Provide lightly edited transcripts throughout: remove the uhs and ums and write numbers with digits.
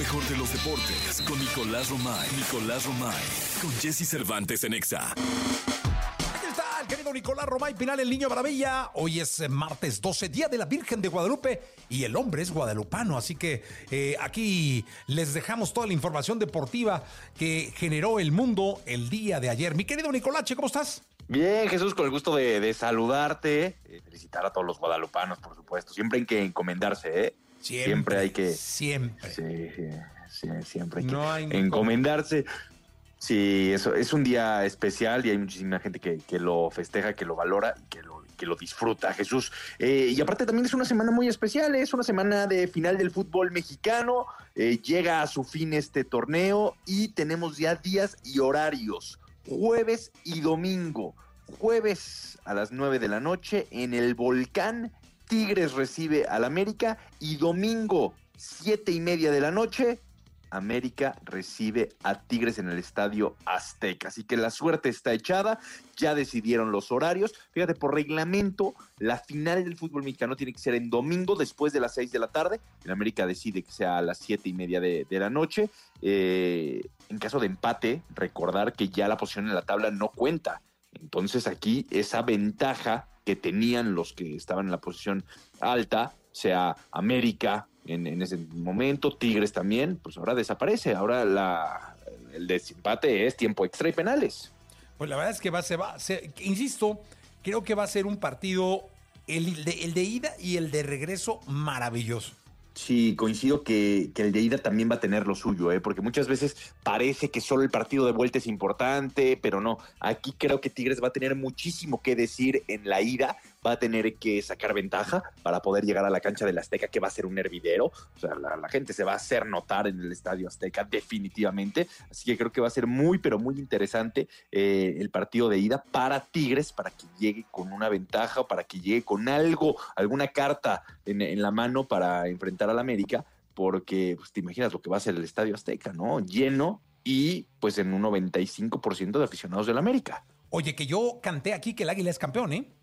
mejor de los deportes con Nicolás Romay. Con Jesse Cervantes en Exa. Aquí está el querido Nicolás Romay Pinal, el Niño Maravilla. Hoy es martes 12, Día de la Virgen de Guadalupe, y el hombre es guadalupano. Así que aquí les dejamos toda la información deportiva que generó el mundo el día de ayer. Mi querido Nicolache, ¿cómo estás? Bien, Jesús, con el gusto de saludarte. Felicitar a todos los guadalupanos, por supuesto. Siempre hay que encomendarse, ¿eh? Siempre hay que... Siempre. Sí, siempre hay que No hay encomendarse. Sí, eso es un día especial y hay muchísima gente que lo festeja, que lo valora y que lo disfruta, Jesús. Y aparte también es una semana muy especial, es una semana de final del fútbol mexicano. Llega a su fin este torneo y tenemos ya días y horarios. Jueves y domingo. Jueves a las 9 de la noche en el Volcán, Tigres recibe al América, y domingo 7:30 de la noche América recibe a Tigres en el Estadio Azteca. Así que la suerte está echada, ya decidieron los horarios. Fíjate, por reglamento, la final del fútbol mexicano tiene que ser en domingo después de las 6 de la tarde. El América decide que sea a las 7:30 de la noche. En caso de empate, recordar que ya la posición en la tabla no cuenta. Entonces aquí esa ventaja que tenían los que estaban en la posición alta, sea América en ese momento, Tigres también, pues ahora desaparece. Ahora el desempate es tiempo extra y penales. Pues la verdad es que va a ser, insisto, creo que va a ser un partido, el de ida y el de regreso, maravilloso. Sí, coincido que el de ida también va a tener lo suyo, porque muchas veces parece que solo el partido de vuelta es importante, pero no. Aquí creo que Tigres va a tener muchísimo que decir en la ida, va a tener que sacar ventaja para poder llegar a la cancha del Azteca, que va a ser un hervidero. O sea, la gente se va a hacer notar en el Estadio Azteca definitivamente, así que creo que va a ser muy, pero muy interesante el partido de ida para Tigres, para que llegue con una ventaja, para que llegue con algo, alguna carta en la mano para enfrentar al América, porque pues, te imaginas lo que va a ser el Estadio Azteca, ¿no? Lleno y pues en un 95% de aficionados del América. Oye, que yo canté aquí que el Águila es campeón, ¿eh?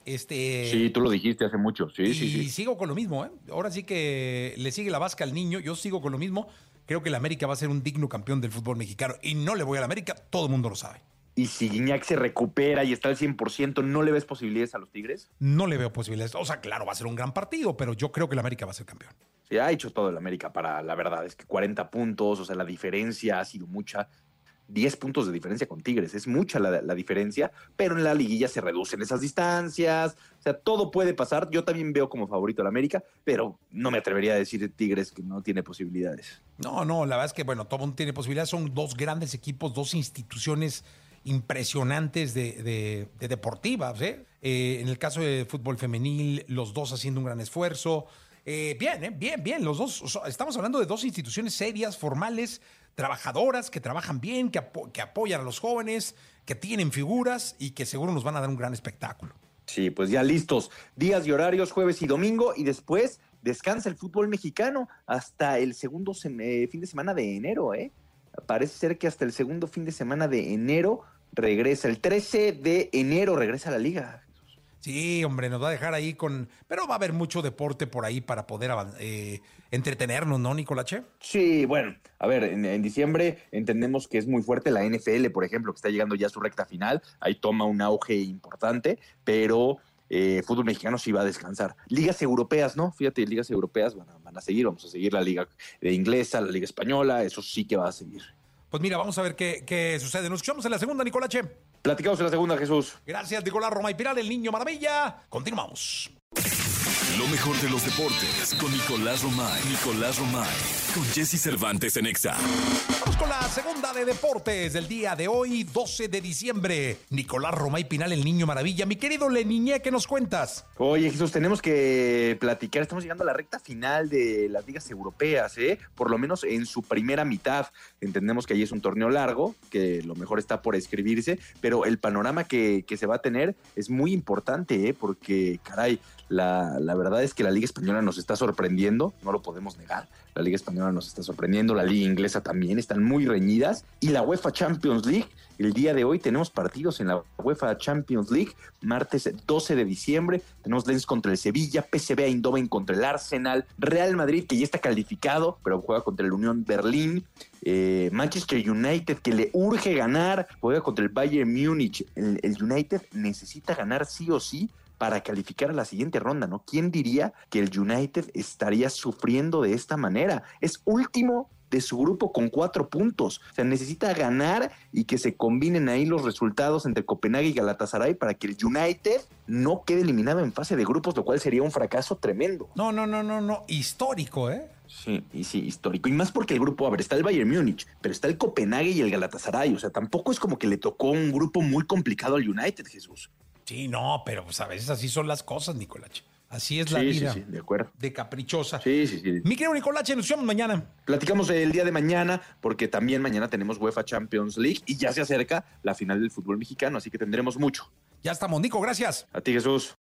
Sí, tú lo dijiste hace mucho, sí. Y sigo con lo mismo, ¿eh? Ahora sí que le sigue la vasca al niño, yo sigo con lo mismo. Creo que el América va a ser un digno campeón del fútbol mexicano, y no le voy al América, todo el mundo lo sabe. Y si Guiñac se recupera y está al 100%, ¿no le ves posibilidades a los Tigres? No le veo posibilidades. O sea, claro, va a ser un gran partido, pero yo creo que el América va a ser campeón. Se ha hecho todo el América para, la verdad, es que 40 puntos, o sea, la diferencia ha sido mucha. 10 puntos de diferencia con Tigres, es mucha la diferencia, pero en la liguilla se reducen esas distancias, o sea, todo puede pasar. Yo también veo como favorito al América, pero no me atrevería a decir de Tigres que no tiene posibilidades. No, la verdad es que, bueno, todo el mundo tiene posibilidades, son dos grandes equipos, dos instituciones impresionantes de deportivas, ¿eh? En el caso de fútbol femenil, los dos haciendo un gran esfuerzo. Bien, los dos, o sea, estamos hablando de dos instituciones serias, formales, trabajadoras, que trabajan bien, que apoyan a los jóvenes, que tienen figuras y que seguro nos van a dar un gran espectáculo. Sí, pues ya listos, días y horarios, jueves y domingo, y después descansa el fútbol mexicano hasta el segundo fin de semana de enero, Parece ser que hasta el segundo fin de semana de enero regresa, el 13 de enero regresa a la liga. Sí, hombre, nos va a dejar ahí con... Pero va a haber mucho deporte por ahí para poder entretenernos, ¿no, Nicolache? Sí, bueno, a ver, en diciembre entendemos que es muy fuerte la NFL, por ejemplo, que está llegando ya a su recta final. Ahí toma un auge importante, pero fútbol mexicano sí va a descansar. Ligas europeas, ¿no? Fíjate, ligas europeas van a seguir. Vamos a seguir la liga inglesa, la liga española, eso sí que va a seguir. Pues mira, vamos a ver qué sucede. Nos escuchamos en la segunda, Nicolache. Platicamos en la segunda, Jesús. Gracias, Nicolás Romay Pinal, el Niño Maravilla. Continuamos. Lo mejor de los deportes con Nicolás Romay. Con Jesse Cervantes en Exa. Vamos con la segunda de deportes del día de hoy, 12 de diciembre. Nicolás Romay Pinal, el Niño Maravilla. Mi querido Leniñé, ¿qué nos cuentas? Oye, Jesús, tenemos que platicar. Estamos llegando a la recta final de las ligas europeas, por lo menos en su primera mitad. Entendemos que ahí es un torneo largo, que lo mejor está por escribirse, pero el panorama que se va a tener es muy importante, porque, caray, la verdad verdad es que la Liga Española nos está sorprendiendo, no lo podemos negar. La Liga Española nos está sorprendiendo, la Liga Inglesa también, están muy reñidas. Y la UEFA Champions League, el día de hoy tenemos partidos en la UEFA Champions League, martes 12 de diciembre, tenemos Lens contra el Sevilla, PSV Eindhoven contra el Arsenal, Real Madrid, que ya está calificado, pero juega contra el Unión Berlín, Manchester United, que le urge ganar, juega contra el Bayern Múnich. El United necesita ganar sí o sí para calificar a la siguiente ronda, ¿no? ¿Quién diría que el United estaría sufriendo de esta manera? Es último de su grupo con 4 puntos. O sea, necesita ganar y que se combinen ahí los resultados entre Copenhague y Galatasaray para que el United no quede eliminado en fase de grupos, lo cual sería un fracaso tremendo. No. Histórico, ¿eh? Sí, histórico. Y más porque el grupo, a ver, está el Bayern Múnich, pero está el Copenhague y el Galatasaray. O sea, tampoco es como que le tocó un grupo muy complicado al United, Jesús. Sí, no, pero pues a veces así son las cosas, Nicolache. Así es la vida. Sí, de acuerdo. De caprichosa. Sí. Mi querido Nicolache, nos vemos mañana. Platicamos el día de mañana, porque también mañana tenemos UEFA Champions League y ya se acerca la final del fútbol mexicano, así que tendremos mucho. Ya estamos, Nico, gracias. A ti, Jesús.